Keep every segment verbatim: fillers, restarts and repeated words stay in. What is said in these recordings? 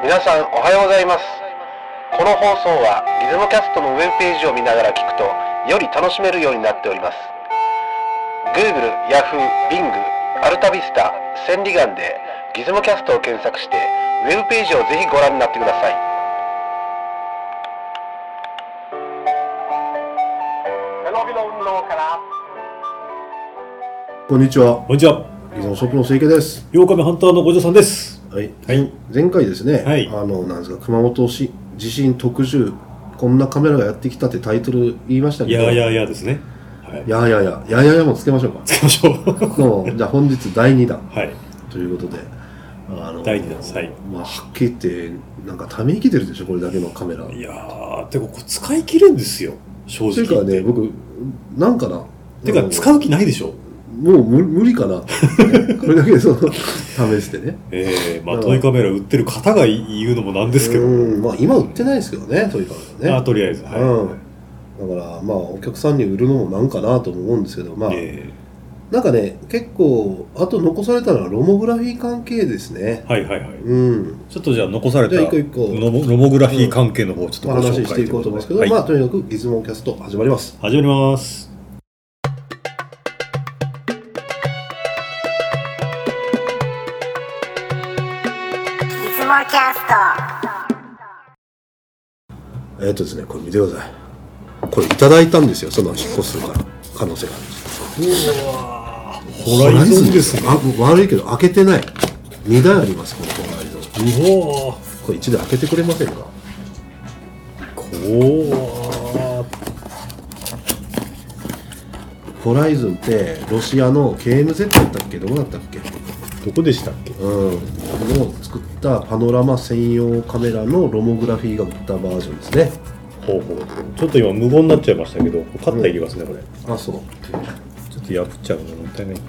皆さんおはようございます。この放送はギズモキャストのウェブページを見ながら聞くとより楽しめるようになっております。 Google、Yahoo、Bing、アルタビスタ、千里眼でギズモキャストを検索してウェブページをぜひご覧になってください。 こんにちは。 こんにちは。 ギズモショップの清家です。 ようかめハンターのごじょさんです。 はい。はい、前回ですね。 はい、 あのなんですか熊本市地震特集こんなカメラがやってきたってタイトル言いましたけど。 やややですね。 はい、ややややややもつけましょうか。 つけましょう。 のじゃあ本日だいにだん。 はい。 ということで。あのだいにだんです。はい。 まあはっきり言ってなんかため息出るでしょこれだけのカメラ。 いやーてかこれ使い切れんですよ正直。 というかね僕なんかな。 てか使う気ないでしょ。 もう 無, 無理かなこれだけでその試してね。 ええー、まあトイカメラ売ってる方が言うのもなんですけど、 うん、まあ今売ってないですけどねトイカメラね。 あとりあえず、はい、 うん、だからまあお客さんに売るのもなんかなと思うんですけど、まあ、えー、なんかね結構あと残されたのはロモグラフィー関係ですね。 はいはいはい、うん、ちょっとじゃあ残されたロ モ, ロモグラフィー関係の方をちょっとご紹介、 話していこうと思うんですけど、はい、まあとにかくギズモキャスト始まります。 始まります。 キャストえっとですねこれ見てください。これいただいたんですよ。その引っ越すから可能性があるんです。 うわホライゾンですね。 あ悪いけど開けてないにだいあります。このホライゾン。 うわこれいちだい開けてくれませんか。 こわホライゾンってロシアの ケーエムゼット だったっけどうだったっけ。 どこでしたっけ。 うんの作ったパノラマ専用カメラのロモグラフィーが売ったバージョンですね。 ほうほう。ちょっと今無言になっちゃいましたけどカッターいりますね、うん、これ。 あそうちょっと破っちゃうのもったいない。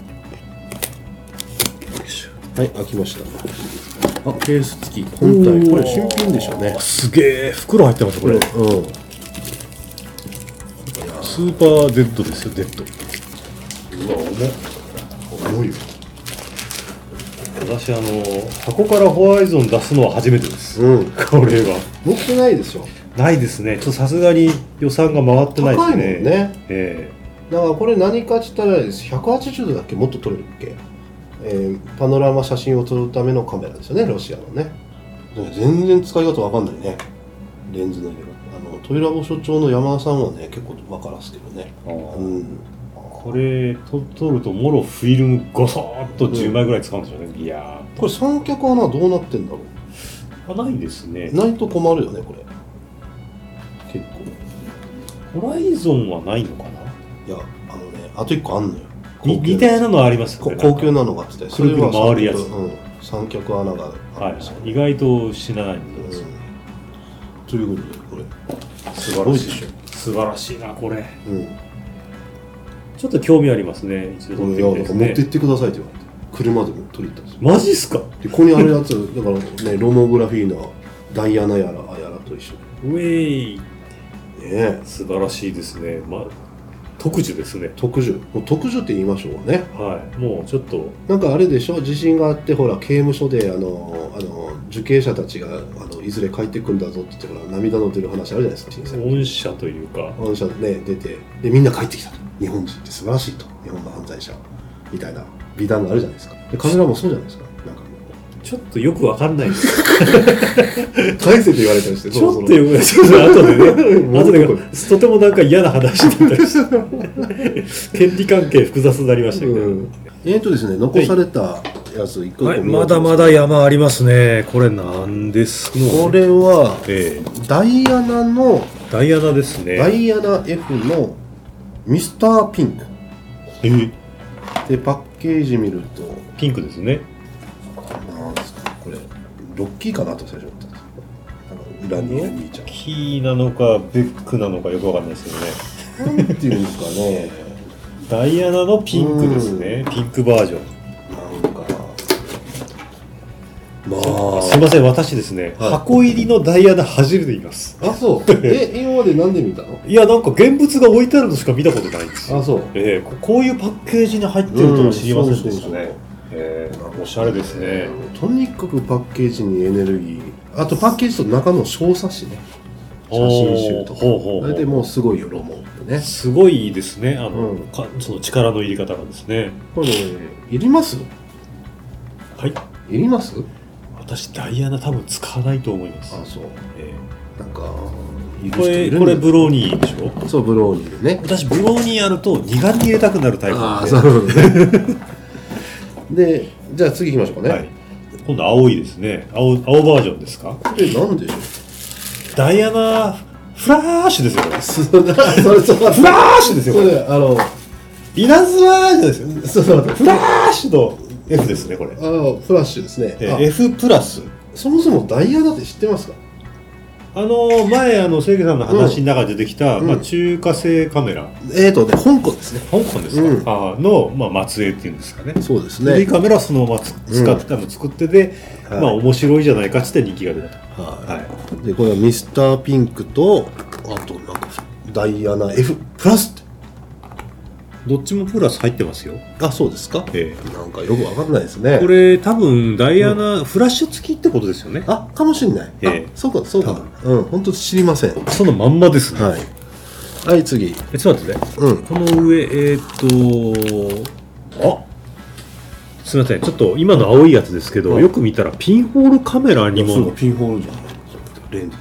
はい開きました。あケース付き本体これ新品でしょうね。 すげえ袋入ってますこれ。うん、スーパーデッドですよデッド。 うわ重っ重いよ。 私あの箱からホライゾン出すのは初めてです、うん、これは持ってないでしょ。 ないですね。ちょっとさすがに予算が回ってないですね。 高いもんね、 えー、だからこれ何かって言ったらひゃくはちじゅうどだっけもっと撮れるっけ、えー、パノラマ写真を撮るためのカメラですよねロシアのね。全然使い方わかんないねレンズの入れ方。あのトイラボ所長の山田さんはね結構わからすけどね。うん、 これと撮るともろフィルムゴソーっとじゅうまいぐらい使うんでしょうね、うん、いやこれ三脚穴どうなってんだろう。あないですね。 ないと困るよねこれ結構。 ホライゾンはないのかな。 いやあのねあといっこあんのよ。 似たようなのありますよね。 高級なのがあっててそれは回るやつ、 うん、三脚穴があるんですよ、ね、 はい、意外と死なないんですよ、 うん、ということでこれ素晴らしいでしょ。 素晴らしいなこれ、 うん、 ちょっと興味ありますね。一度撮ってみたいですね。 持って行ってくださいって言われて車でも撮りに行ったんですよ。 マジっすか。 でここにあるやつだからねロモグラフィーのダイアナやらあやらと一緒にウェイね。 素晴らしいですね。まあ特需ですね。 特需もう特需って言いましょうね。 はい。もうちょっとなんかあれでしょ地震があってほら刑務所であのあの受刑者たちがあのいずれ帰ってくんだぞって言ってほら涙の出る話あるじゃないですか。 恩赦というか恩赦ね出てでみんな帰ってきたと。日本人って素晴らしいと日本の犯罪者みたいな美談があるじゃないですか。でカメラもそうじゃないですか。なんかちょっとよくわかんないです返せって言われたりしてちょっとよくちょっと後でね後でとてもなんか嫌な話だったりして権利関係複雑になりましたけど、うん、 えーとですね残されたやついっこ、はい、 まだまだ山ありますね。これなんですか。 これは、えー、ダイアナのダイアナですね。 ダイアナ F のミスターピンク、 えー、 でパッケージ見るとピンクですね。 なんですかこれロッキーかなと最初思ったんですよ。裏にロッキーなのかベックなのかよくわかんないですけどね。 なんていうんですかねダイアナのピンクですね。ピンクバージョン。 なんかまあすいません私ですね、はい、箱入りのダイアナ初めて見ます。 あそうえ今まで何で見たの。 いやなんか現物が置いてあるのしか見たことないんですよ。 あそう、 えー、こういうパッケージに入ってるとは知りませんでしたね。 えー、おしゃれですね。 とにかくパッケージにエネルギー、あとパッケージと中の小冊子ね、写真集とか、 ほうほうほうそれでもうすごいよロモってね。 すごいですね、あの、 うんかその力の入り方がですね。 これ、ね、いります？ はい。 いります？ 私ダイアナ多分使わないと思います。 あ、そう。 えなんかいー、こる人いるんだれこれブローニーでしょ。 そう、ブローニーでね。 私ブローニーやると苦味入れたくなるタイプなんで。 ああ、なるほどね。で、じゃあ次行きましょうかね。 はい。今度青いですね。青青バージョンですか。 これなんでしょう。 ダイアナフラッシュですよこれ。 それそれそれフラッシュですよこれ。 それあの稲妻じゃないですよ。 そうそうフラッシュの F ですねこれ。 あのフラッシュですね。 えあ F プラス。 そもそもダイヤだって知ってますか？ あの前あの清家さんの話の中で出てきた、 うんまあ、中華製カメラ、 えーとね、香港ですね。 香港ですか、 うんあの、まあ、末裔っていうんですかね。 そうです古いね。 カメラをそのままつ使って、あの作ってで、 はいまあ面白いじゃないかっつって人気が出たと。 ははい。 い。でこれはミスターピンクとあとなんかダイアナ F プラスって。 どっちもプラス入ってますよ。 あ、そうですか？ えなんかよくわかんないですね。 これ多分ダイアナ、フラッシュ付きってことですよね。 あ、かもしれない。 ええあ、そうかそうか多。 うん、本当知りません。 そのまんまですね。 はい。はい、次。 えちょっと待ってね。 うん。 この上、えーっと、あすみません、ちょっと今の青いやつですけど、 はいよく見たらピンホールカメラにも、 そうだピンホールじゃん。レンズ。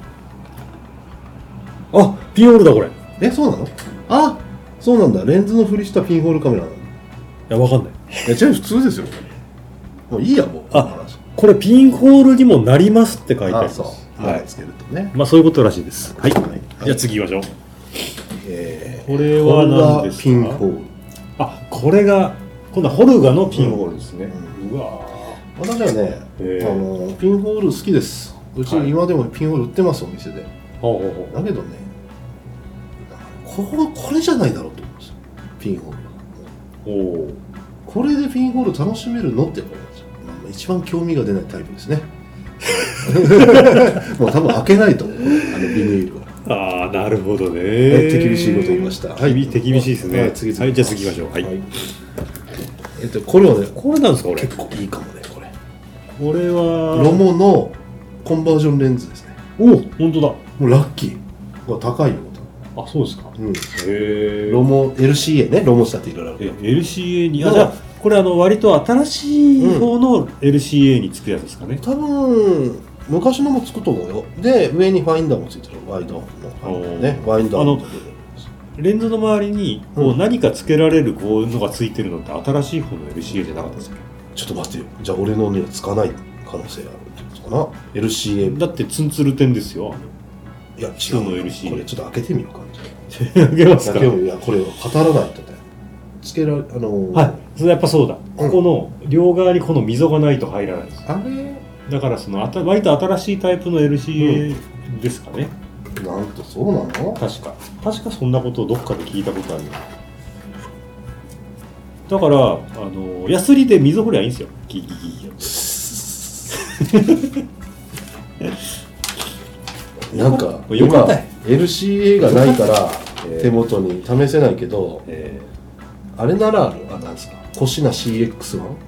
あピンホールだこれ。いえ、そうなの？あ、そうなんだ。レンズのふりしたピンホールカメラなんだ。 や、わかんない。 いや、じゃあ普通ですよ。もういいや、もう。 あこれピンホールにもなりますって書いてあります。 あ、そう。 ははいい。つけるとね。 まあそういうことらしいです。はい。 はいじゃあ次行きましょう。 えこれー、 は何ですか？ ピンホール。 あこれが今度はホルガのピンホールですね。 ううわ私はね、 へーあのピンホール好きです。うちはい今でもピンホール売ってます、お店で。 ほうほうほう。 だけどね、ここれじゃないだろうと思うんですよ。ピンホールは。 おお。 これでピンホール楽しめるのって思うんですよ。まあ一番興味が出ないタイプですね。もう多分開けないと思う、あのビニールは。 ああなるほどね。 え手厳しいこと言いました。 はい。手厳しいですね。 はい、次々 はいじゃあ次行きましょう。はい。 えっとこれはね、 これなんですかこれ。 結構いいかもね、これ。 これはロモのコンバージョンレンズですね。 お本当だ。 もうラッキー。これ高いよ。 あそうですか。 うん。 へえ。 ロモ エルシーエー ね、ロモスタっていろいろあるけえど。 エルシーエー にあうんじゃあこれあの割と新しい方の エルシーエー につくやつですかね。 多分昔のもつくと思うよ。で上にファインダーもついてる、ワイドのファインダーね、ワインダーもついてる。 レンズの周りにこううん何かつけられるこういうのがついてるのって新しい方の エルシーエー じゃなかったですか。 ちょっと待ってよ、じゃあ俺のにはつかない可能性あるってことかな。 エルシーエーだってツンツル点ですよ。 いや普通の エルシーエーこれちょっと開けてみようか。 あげますか。 開けよう。いやこれ語らないとね、つけられあのーはい。それやっぱそうだ。ここの両側にこの溝がないと入らないです。 あれだからそのあた割と新しいタイプの エルシーエー ですかね。 なんとそうなの？ 確か確かそんなことをどっかで聞いたことあるよ。だからあのヤスリで溝掘りゃいいんですよ。ギギギギ。 なんか読みたい。 エルシーエー がないからえー手元に試せないけど、 えあれならある。あ、なんですか、コシナ シーエックスワン？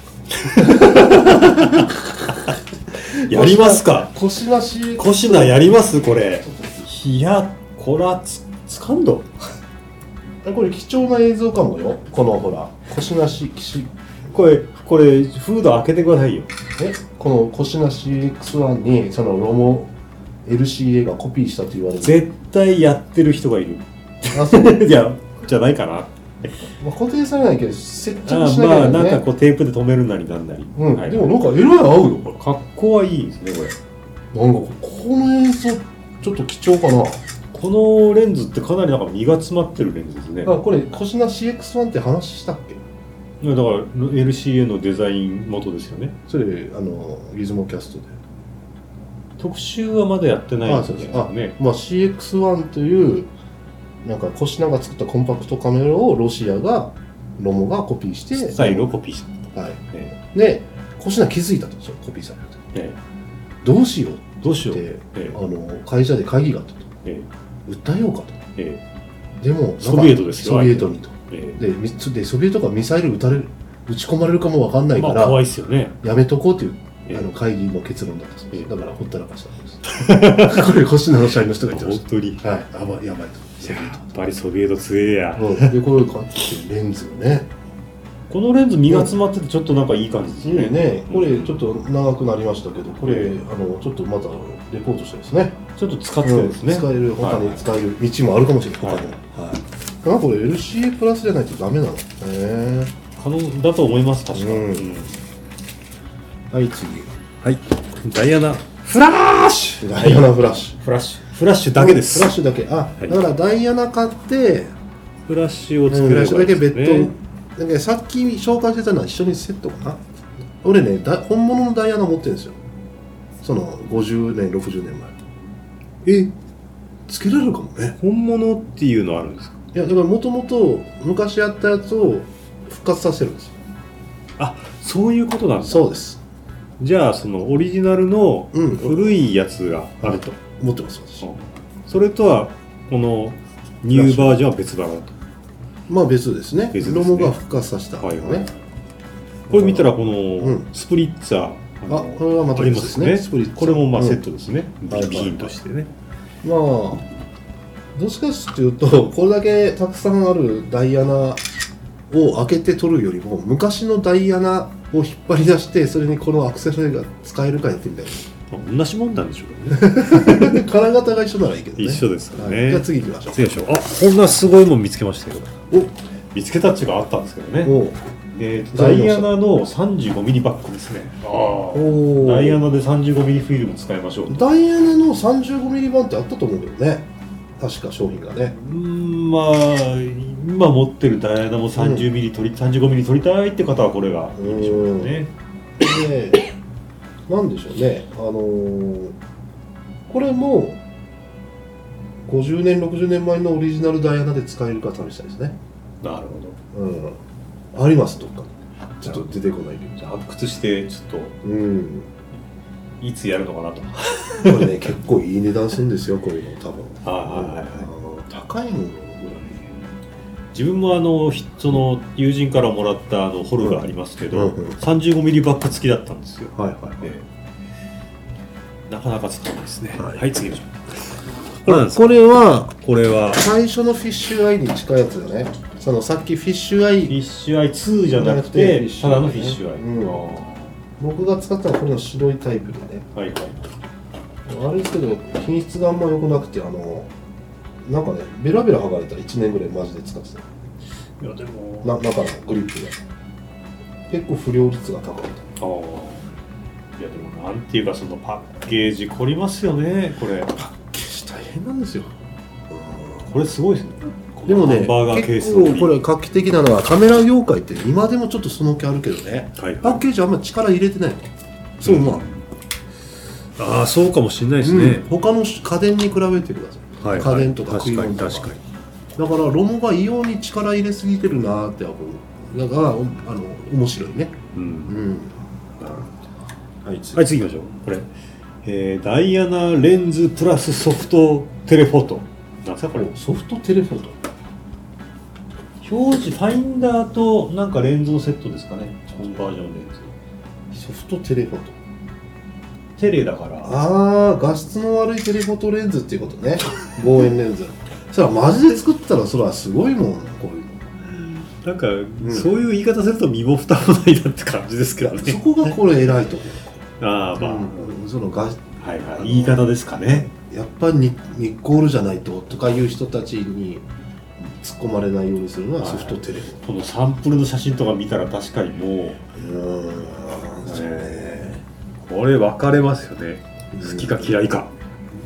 ーやりますか。 コシナ シーエックスワンコシナやりますこれ。いやこらつつかんど。 これ貴重な映像かもよ。このほらコシナシシこれこれフード開けてくださいよ。 えこのコシナ シーエックスワン にそのロモ エルシーエー がコピーしたと言われる。 絶対やってる人がいる。 あ、そう。 いやじゃないかな。 まあ、固定されないけど接着あしなきゃいけないね。 まあなんかこうテープで留めるなりなんなり。 うん、 はいでもなんかえらい合うよこれ。 格好はいいですねこれ。 なんかこの映像ちょっと貴重かな。 このレンズってかなりなんか身が詰まってるレンズですね。 あ、これコシナ シーエックスワン って話したっけ？ だから エルシーエー のデザイン元ですよね。 それあのギズモキャストで。 特集はまだやってないんですあそうです。あ、 ね。 まあ シーエックスワン というなんかコシナが作ったコンパクトカメラをロシアがロモがコピーしてスタイルをコピーした。 はい。 えでコシナ気づいたと、そうコピーされてええどうしようどうしよう。 ってえあの会社で会議があったと。 え訴えようかと。 えでもなんかソビエトですよソビエトにと。 ええでみでソビエトがミサイル撃たれ打ち込まれるかもわかんないから、 まあ怖いっすよね。 やめとこうっていう、 ええあの会議の結論だったそうです、 ええだからほったらかしたんですこれ星野の社員の人が言ってまし本当に。 た。はい、やばいやばいと。 やっぱりソビエト強えや。 うんでこれ買ってレンズをね、 このレンズ身が詰まっててちょっとなんかいい感じですね。 ねね、これちょっと長くなりましたけど、これ、 ええあのちょっとまたレポートしたいですね。 ちょっと使ってですね。 うん使える、他に使える道もあるかもしれない、他にも。はい。あ、これ エルシーエー プラスじゃないとダメなの。へえ。 可能だと思います、確か。 うんうんはい、次。 はい。ダイアナフラッシュ。 ダイアナフラッシュ。 フラッシュ。フラッシュだけです。 フラッシュだけ。あ、 はいだからダイアナ買って、 フラッシュをフ作ればいいラッシュだけですね。 別途。だけどさっき紹介してたのは一緒にセットかな。俺ね、だ本物のダイアナ持ってるんですよ。そのごじゅうねん、ろくじゅうねんまえ。えつけられるかもね。 本物っていうのはあるんですか？ いや、だからもともと昔やったやつを復活させるんですよ。 あ、そういうことなんですか。 そうです。 じゃあそのオリジナルのうん古いやつがあると。 持ってます、私。 それとはこのニューバージョンは別だろうと。 まあ別ですね。 別ですねロモが復活させたのね。 はいはい。これ見たらこうのんスプリッツァー、 あ、 のこれはまたあり別ですね。 ますね。 スプリッツァーこれもまあうんセットですね。 はいはいビーンとしてね。 まあどっちかっていうと、これだけたくさんあるダイアナを開けて取るよりも、昔のダイアナを引っ張り出して、それにこのアクセサリーが使えるかやってみたい同じもんなんでしょうかね。 な。金型が一緒ならいいけどね。 一緒ですからね。 はいじゃあ次行きましょう。 次でしょう。あ、こんなすごいもん見つけましたよ。 お見つけたっちゅうかあったんですけどね。 おえーとダイアナの さんじゅうごミリ バッグですね。あおダイアナで さんじゅうごミリ フィルム使いましょうと。 ダイアナの さんじゅうごミリ 版ってあったと思うけどね。確か商品がね。 うーんまあ今持ってるダイアナも さんじゅうミリ 取り、さんじゅうごミリ 取りたいって方はこれがいいんでしょうかね。 で、なんでしょうね。あのーこれもごじゅうねん、ろくじゅうねんまえのオリジナルダイアナで使えるか試したいですね。 なるほど。 うん。あります、どっかに。ちょっと出てこないけど。 じゃあ発掘してちょっうん。 といつやるのかなと。 これね、結構いい値段するんですよ、こういうの、多分。 はいはいはいはいあの高いものぐらい。 自分もあのひその友人からもらったあのホルがありますけど、 うんうんさんじゅうごミリ バッグ付きだったんですよ。 はいはいはい。 ええなかなか使わないですね。 ははいい、次行きましょう。これなんですか。 これは、 これは最初のフィッシュアイに近いやつだね。そのさっきフィッシュアイ、 フィッシュアイツーじゃなくてただのフィッシュアイ。 うんあ僕が使ったのはこれの白いタイプでね。 ーはいはい。 あれですけど、品質があんま良くなくて、あの、なんかね、ベラベラ剥がれたらいちねんぐらいマジで使ってた。 いやでもな中のグリップが。結構不良率が高かった。 ああいやでもなんていうかそのパッケージ凝りますよねこれ。 パッケージ大変なんですよ。 これすごいですね。 でもねハンバーガーケース結構これ画期的なのはカメラ業界って今でもちょっとその気あるけどね、 はいパッケージあんま力入れてないの。そう思わん、 ああそうかもしれないですね。 うん他の家電に比べてください、 はいはい家電とか食い確か物とかに確かに。 だからロモが異様に力入れすぎてるなーって思う。だからおあの面白いね。 う。 うんんはい次、 はい次行きましょう。これ、えー、ダイアナレンズプラスソフトテレフォト。なんですかこれ。 ソフトテレフォト。 表示ファインダーとなんかレンズのセットですかね。コンバージョンレンズ。 ソフトテレフォト。 テレだから。 ああ、画質の悪いテレフォトレンズっていうことね。望遠レンズ。それはマジで作ったらそれはすごいもん、こういうの。 なんか、 んそういう言い方すると身も蓋もないなって感じですけどね。 そこがこれ偉いとこああまあ、 ろ。うん、その画はいはい言い方ですかね。 やっぱりニニッコールじゃないととかいう人たちに突っ込まれないようにするのはソフトテレフォト。 このサンプルの写真とか見たら確かにもう、 うーん、そうね。 これ分かれますよね。好きか嫌いか。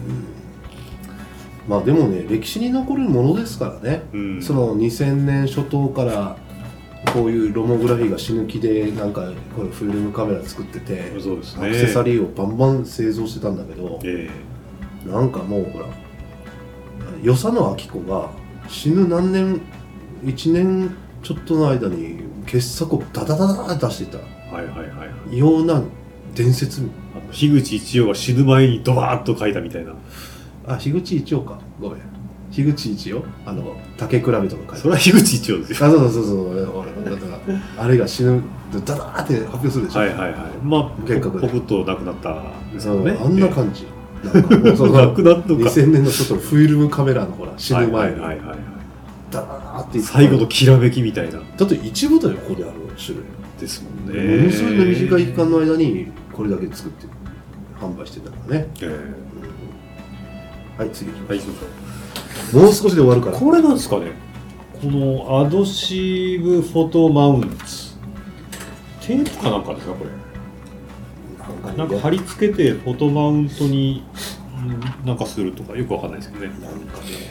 まあでもね、歴史に残るものですからね。 うんそのにせんねん初頭からこういうロモグラフィーが死ぬ気でなんかこれフィルムカメラ作ってて、 そうですね。 アクセサリーをバンバン製造してたんだけど、 えなんかもうほら与謝野晶子が死ぬ何年いちねんちょっとの間に傑作をダダダダ出していたえはいはいはいはい。 ような伝説。 あの樋口一葉が死ぬ前にドバーッと書いたみたいな。 あ、樋口一葉か、ごめん、樋口一葉、あの竹比べとか書いてそれは樋口一葉ですよ。 あ、そうそうそうそう、俺俺だからあれが死ぬダダーって発表するでしょ。 はいはいはい。まあ幻覚でポクッとなくなったんですよね。 あんな感じ、なんかもうそのなくなったのか。 にせんねんのちょっとフィルムカメラのほら死ぬ前にはいはいはいはい。 ダーって最後のきらめきみたいな。 だって一部だよここである種類ですもんね。 ものすごい短い期間の間にこれだけ作って販売してたからね、 えーうん、はい次行きまはい、 しそうそうょう。もう少しで終わるから。 これなんですかね。このアドシーブフォトマウンツテープかなんかですかこれ。なんか貼り付けてフォトマウントにんなんかするとかよくわかんないですけどね。 なんかね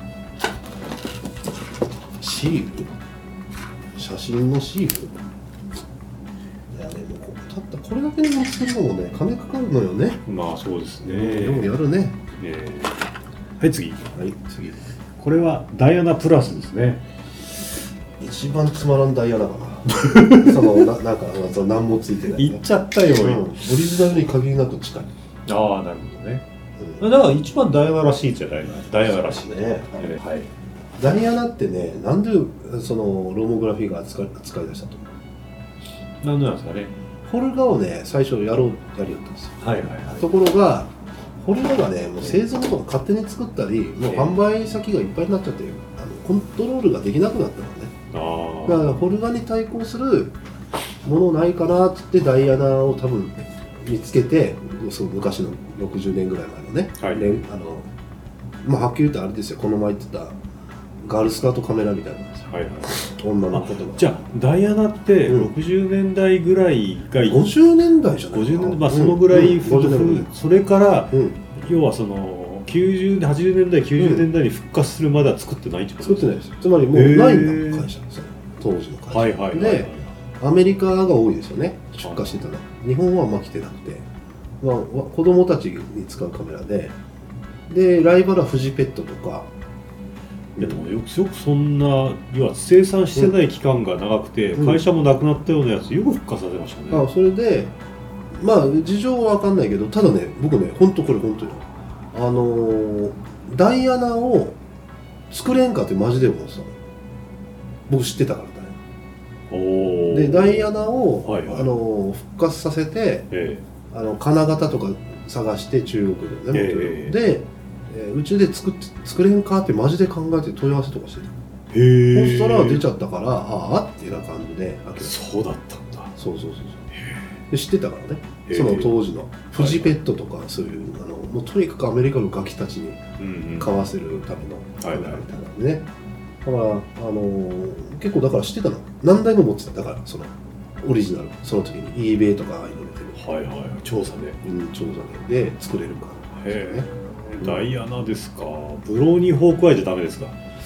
シール写真のシールいやねもうこたったこれだけでも作るのもね金かかるのよね。 まあそうですね。 でもやるね。 えーはい次。 はい次これはダイアナプラスですね。 一番つまらんダイヤだからそのななんかその何もついてない、ね、 言っちゃったよ、 うん、オリジナルに限りなく近い、 ああなるほどね。 うん、 だから一番ダイアナらしいじゃないダイアナらしいね、 えーはい。 ダイアナってねなんでそのローモグラフィーが使い使い出したと思う。 なんでなんですかね。 フォルガをね最初やろうやりよったんですよ。 はいはいはい。 ところがフォルガがねもう製造とか勝手に作ったりもう販売先がいっぱいになっちゃってあのコントロールができなくなったのね。 あだからフォルガに対抗するものないかなって言ってダイアナを多分見つけてその昔のろくじゅうねんぐらい前のね、 はい、 ねあのまあはっきり言ってあれですよこの前言ってたガールスカートカメラみたいなんですよ、 はいはい、 女の子とか。 じゃあダイアナってろくじゅうねんだいぐらいが、 ごじゅうねんだいじゃないかな。 ごじゅうねんだい、まあ、そのぐらい、 うんうん、 それから、 うん、 要はそのきゅうじゅうはちじゅうねんだいきゅうじゅうねんだいに復活するまでは作ってないってこと作ってないです。つまりもうないんだ会社ですよ当時の会社、 はいはいはい、 でアメリカが多いですよね出荷してたの。日本はあんま来てなくて、まあ、子供たちに使うカメラででライバルはフジペットとか。 いやでもよくよくそんな要は生産してない期間が長くて、うん、会社もなくなったようなやつよく復活させましたね。 あそれでまあ事情は分かんないけどただね僕ね本当これ本当よあのー、ダイアナを作れんかってマジで思ってたの。僕知ってたからね。 おでダイアナを、 はいはい、 あの復活させて、えー、あの金型とか探して中国でね、えー、で、えー、うちで作って作れんかってマジで考えて問い合わせとかしてた。へそしたら出ちゃったからああっていうような感じでそうだったんだ。 そうそうそうそうで知ってたからねその当時のフジペットとかそういう、はい、あのもうとにかくアメリカのガキたちに買わせるためのカメラみたいなんでね、だから、あのー、結構だから知ってたの何台も持ってただからそのオリジナルその時に eBay とかああいうの出てるはいはい調査で、 うん、調査でで作れるかへえ、ね、ダイアナですか。ブローニーホークアイじゃダメですか。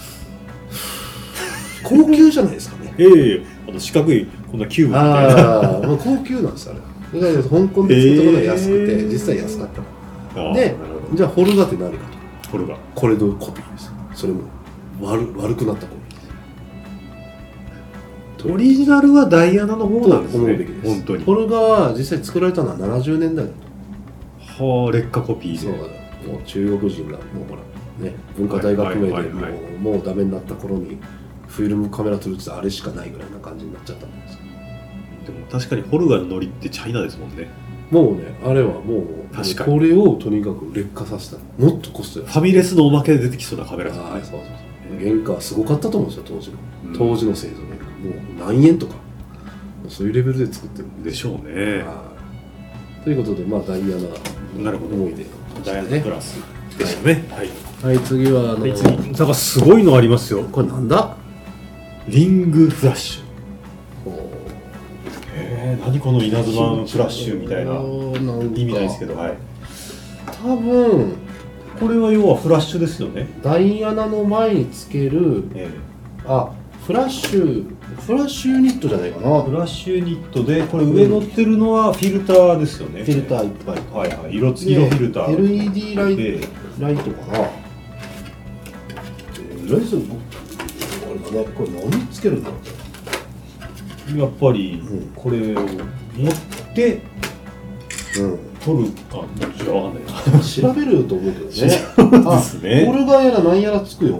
高級じゃないですかね。 ええあの四角いこんなキューブみたいなああ、もう高級なんですあれ。だから香港で作ったのが安くて、えー、実際安かったの。で、じゃあホルガって何かと。 ホルガ。 これのコピーです。それも悪悪くなったコピーです。 オリジナルはダイアナの方なんですね。 思うべきです。 本当に。 ホルガは実際作られたのはななじゅうねんだいだと。はあ、劣化コピーで。 そうだ。もう中国人がもうほらね文化大革命でもうもうダメになった頃にフィルムカメラ撮るってあれしかないぐらいな感じになっちゃったんです。 でも確かにホルガのノリってチャイナですもんね。 もうねあれはもう確かにこれをとにかく劣化させたもっとコストやファミレスのおまけで出てきそうなカメラですね。 あそうそうそう原価すごかったと思うんですよ当時の、うん、当時の製造年もう何円とかそういうレベルで作ってるんでしょうね。 ということでまあダイアナなるほど思い出のダイアナプラスでしたね。はい、 はい、次はあの、はい、 次なんかすごいのありますよ。 これなんだリングフラッシュ。へえ、何この稲妻フラッシュみたいな意味ないですけど、はい、 多分これは要はフラッシュですよね。 ダイアナの前につける、ええ、あフラッシュフラッシュユニットじゃないかな。 フラッシュユニットでこれ上乗ってるのはフィルターですよね。 フィルターいっぱい、 はいはい、色付きのフィルターエルイーディー ライト、ライトかな。えー、ライトこれねこれ何つけるんだろう。やっぱりこれを持って、うん、撮るあどっちかわかんないな。 調べると思うけどね。 そうですね。 ホルガーやら何やらつくよこれ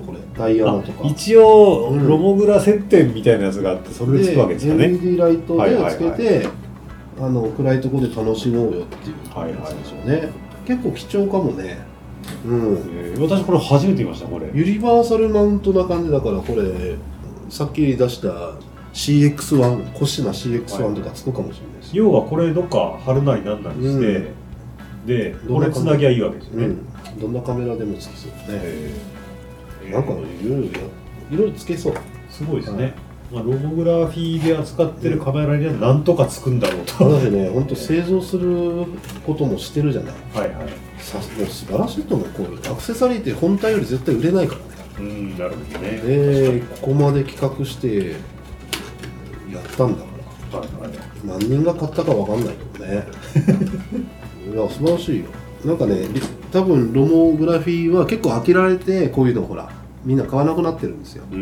タイヤのとか一応ロモグラ接点みたいなやつがあってそれでつくわけですかね。 エルイーディー ライトでつけて、 はいはいはい、 あの暗いところで楽しもうよっていうやつでしょうね、はいはい、結構貴重かもね、うん、 えー、私これ初めて見ました。これユニバーサルマウントな感じだから、これさっき出した シーエックスワン コシナ シーエックスワン とかつくかもしれないです、はい、 要はこれどっか貼るなりなんなりして、うん、でこれつなぎゃいいわけですよね、うん、 どんなカメラでもつきそうですね、えー、なんかいろいろいろいろつけそう。 すごいですね、はい、まあ、ロモグラフィーで扱ってるカメラには何とかつくんだろうと、 だってね、本当製造することもしてるじゃない。 はいはい。 さもう素晴らしいと思う。こういうアクセサリーって本体より絶対売れないからね。 うん、なるほどね。 で、ここまで企画してやったんだから、はいはい、何人が買ったかわかんないけどね。いや、素晴らしいよ。なんかね、多分ロモグラフィーは結構飽きられて、こういうのほらみんな買わなくなってるんですよ。うん、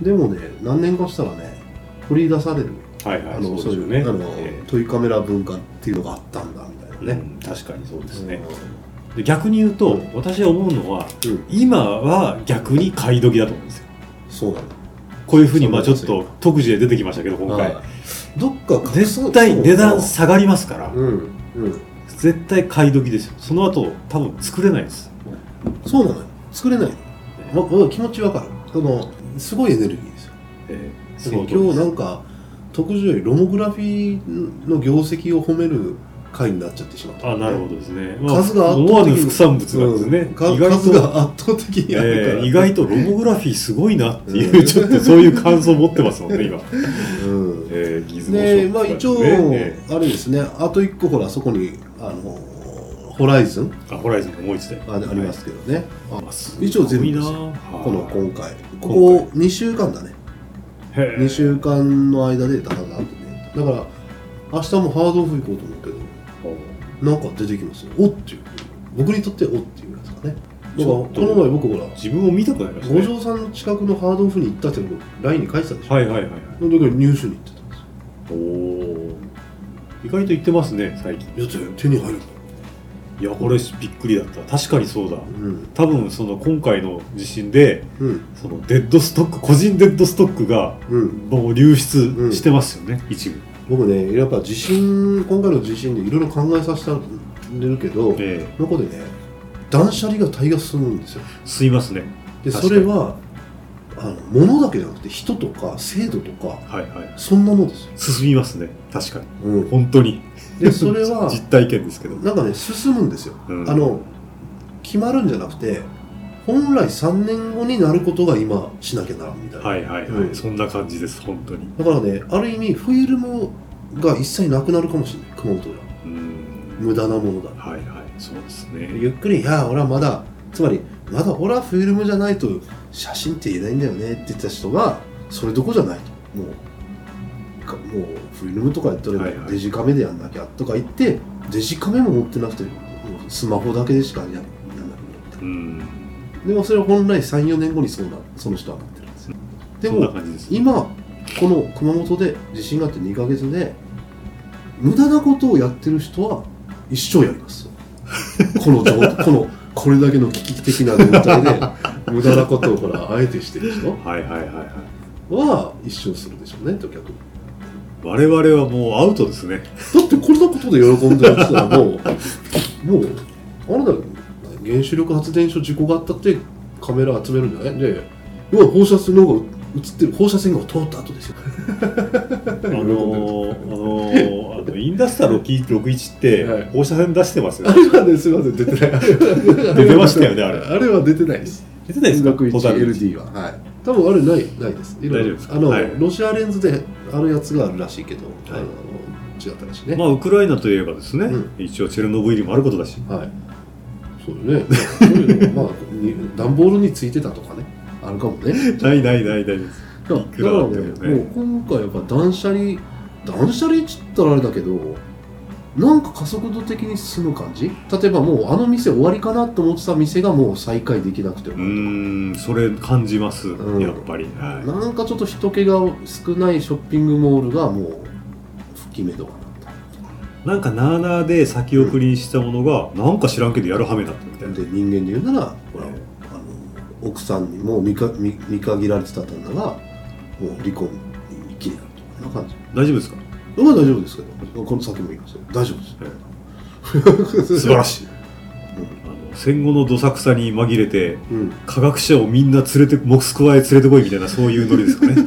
でもね、何年かしたらね、取り出される、はいはい、あのそういうね、あの、えー、トイカメラ文化っていうのがあったんだみたいなね、 うん、確かにそうですね、うん、で逆に言うと、うん、私は思うのは、うん、今は逆に買い時だと思うんですよ。 そうなの。 こういうふうにまあちょっと特需で出てきましたけど、今回どっか絶対値段下がりますから、うんうん、絶対買い時ですよ。その後多分作れないです。 そうなのよ、作れないの、ま、気持ちわかる。そのすごいエネルギーですよ、えー、そう今日なんか特需よりロモグラフィーの業績を褒める回になっちゃってしまった、ね、 あ、なるほどですね、 まあ、数が圧倒的に副産物なんですね、 うん、意外と数が圧倒的にあるから、 えー、意外とロモグラフィーすごいなっていう、うん、ちょっとそういう感想を持ってますもんね今、うん、えー、ギズモショップ、ね、 で、まあ、一応、ね、あれですね、あと一個ほらそこにあのホライズンあホライズンもう一台あ, ありますけどね、はい、 あ一応全部ですよ、この今回ここにしゅうかんだね、にしゅうかんの間でダダダってね、だから明日もハードオフ行こうと思うけど、なんか出てきますよ、おっていう、僕にとっておっていうやつかね。だからこの前僕ほら自分を見たくなりましたね。 五条さんの近くのハードオフに行ったっていうのを ライン に書いてたでしょ。 はいはいはい、はい、 だから入手に行ってたんですよ。 おお、意外と行ってますね最近。 いや手に入る。 いやこれびっくりだった。確かにそうだ、うん、多分その今回の地震で、うん、そのデッドストック、個人デッドストックがもう流出してますよね、うん、一部。 僕ね、やっぱ地震、今回の地震でいろいろ考えさせてるけど、えー、ここでね、断捨離が大が進むんですよ。 進みますね。 でそれはあの物だけじゃなくて人とか制度とか、はいはい、そんなのですよ。 進みますね、確かに、うん、本当に。 でそれは実体験ですけど、 なんかね進むんですよ、うん、あの決まるんじゃなくて本来さんねんごになることが今しなきゃならんみたいな。 はいはいはい、うん、そんな感じです本当に。 だからね、ある意味フィルムが一切なくなるかもしれない、熊本が。うん、無駄なものだ。 はいはい、そうですね。 ゆっくり、いや俺はまだ、つまりまだ俺はフィルムじゃないと写真って言えないんだよねって言った人がそれどこじゃないと、もうもうフィルムとかやったらデジカメでやんなきゃとか言って、はいはい、デジカメも持ってなくてスマホだけでしかやんなくなった、うん、でもそれは本来 さん,よ 年後にそうなその人はなってるんですよ。でも今この熊本で地震があってにかげつで無駄なことをやってる人は一生やりますこの状このこれだけの危機的な状態で無駄なことをほらあえてしてる人はいはいはいはいは一生するでしょうね、と逆に。 我々はもうアウトですね。 だってこれのことで喜んでる人はもうもうあれだよ、原子力発電所事故があったってカメラ集めるんじゃないで、要は放射線の方が映ってる、放射線が通った後ですよあのー、あのー、あのインダスタろくじゅういちって放射線出してますよ、 ね、はい、あれはね、すいません出てない出てましたよね、あれあれは出てないです。 出てないですか、 ろくじゅういちエルディー は。はい、多分あれないないです。 大丈夫ですか。 あの、 はい、 ロシアレンズであるやつがあるらしいけど、はい、あの違ったらしいね。 まあウクライナといえばですね、うん、一応チェルノブイリもあることだし、はい、 そうね。そういうのまあ段ボールについてたとかね、あるかもね。 ないないないないです。 だからね、もう今回やっぱ断捨離断捨離っつったらあれだけど、なんか加速度的に進む感じ。例えばもうあの店終わりかなと思ってた店がもう再開できなくて、うーん、それ感じます、うん、やっぱり、 はい、なんかちょっと人気が少ないショッピングモールがもう吹き目処がなった。 なんかなあなあで先送りにしたものが、うん、なんか知らんけどやるはめだったみたいな。 で人間で言うならほら、えー、あの奥さんにも見か 見, 見限られてた旦那がもう離婚に一気になるとこんな感じ。 大丈夫ですか？ まあ大丈夫ですけど、この先も言いますよ。大丈夫です。 素晴らしい。あの戦後のどさくさに紛れて、うん、科学者をみんな連れてモスクワへ連れてこいみたいなそういうノリですかね。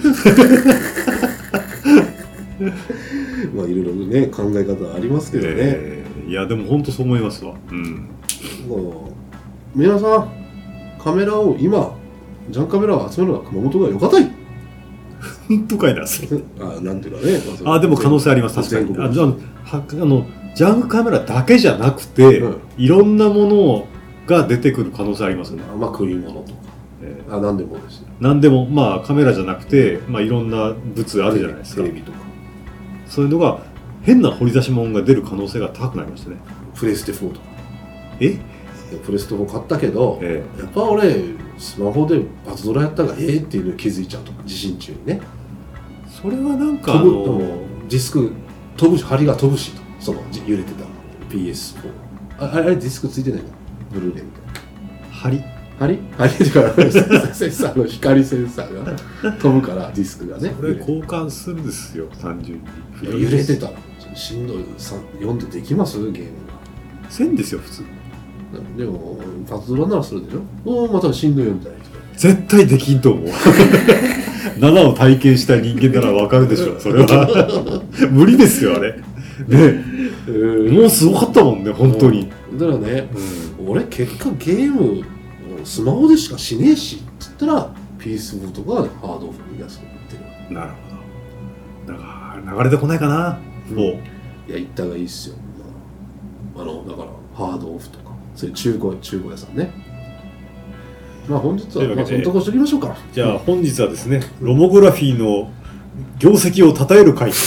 まあいろいろね考え方ありますけどね、 えー、いやでも本当そう思いますわ。うん。 もう皆さんカメラを今ジャンカメラを集めるのは熊本がよかたい。 本当かいな。 あなんていうかね。 あでも可能性あります確かに。あじゃああのジャンクカメラだけじゃなくて、うん、いろんなものが出てくる可能性ありますね。 まあ食い物とか、えー、あ何でもですよ。 何でもまあカメラじゃなくて、まあいろんな物あるじゃないですか。 テレビとかそういうのが変な掘り出し物が出る可能性が高くなりましたね。 プレステフォーとか。 え？ プレステフォー買ったけど、ええ、やっぱ俺スマホでパズドラやったがええっていうのに気づいちゃうとか地震中にね。 それはなんかあのディスク飛ぶし針が飛ぶしとその揺れてた ピーエスフォー あ, あれディスクついてないのブルーレイみたいな針針針ってからセンサーの光センサーが飛ぶからディスクがねこれ交換するんですよ単純に揺れてたしんどい読んでできますゲームがせんですよ普通でもパズドラならするでしょおおまたしんどい読んだり絶対できんと思うななを体験した人間ならわかるでしょそれは無理ですよあれね、えー、もうすごかったもんね本当にだからね、うん、俺結果ゲームスマホでしかしねえしっつったらピースフォーとかハードオフに安く売ってる。 なるほどだから流れてこないかな、うん、もういや行った方がいいっすよ、まあ、あのだからハードオフとかそういう中古中古屋さんね。まあ本日はまあそのとこしておきましょうか。 じゃあ本日はですねロモグラフィーの業績を称える会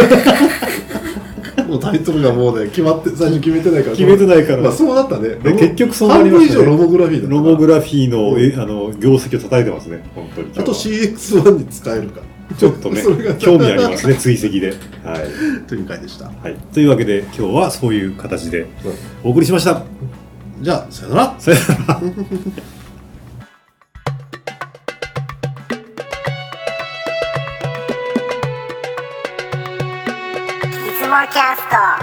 もうタイトルがもうね決まって最初決めてないから決めてないから、 まあ、そうなったね。 結局そうなりましたね。 半分以上ロモグラフィーだったロモグラフィーの、うん、あの業績を称えてますね本当に。あと シーエックスワン に使えるかちょっとね興味ありますね追跡で、はい、 という回でした、 はい、というわけで今日はそういう形でお送りしました、うん、 じゃあさよならさよならいつもキャスト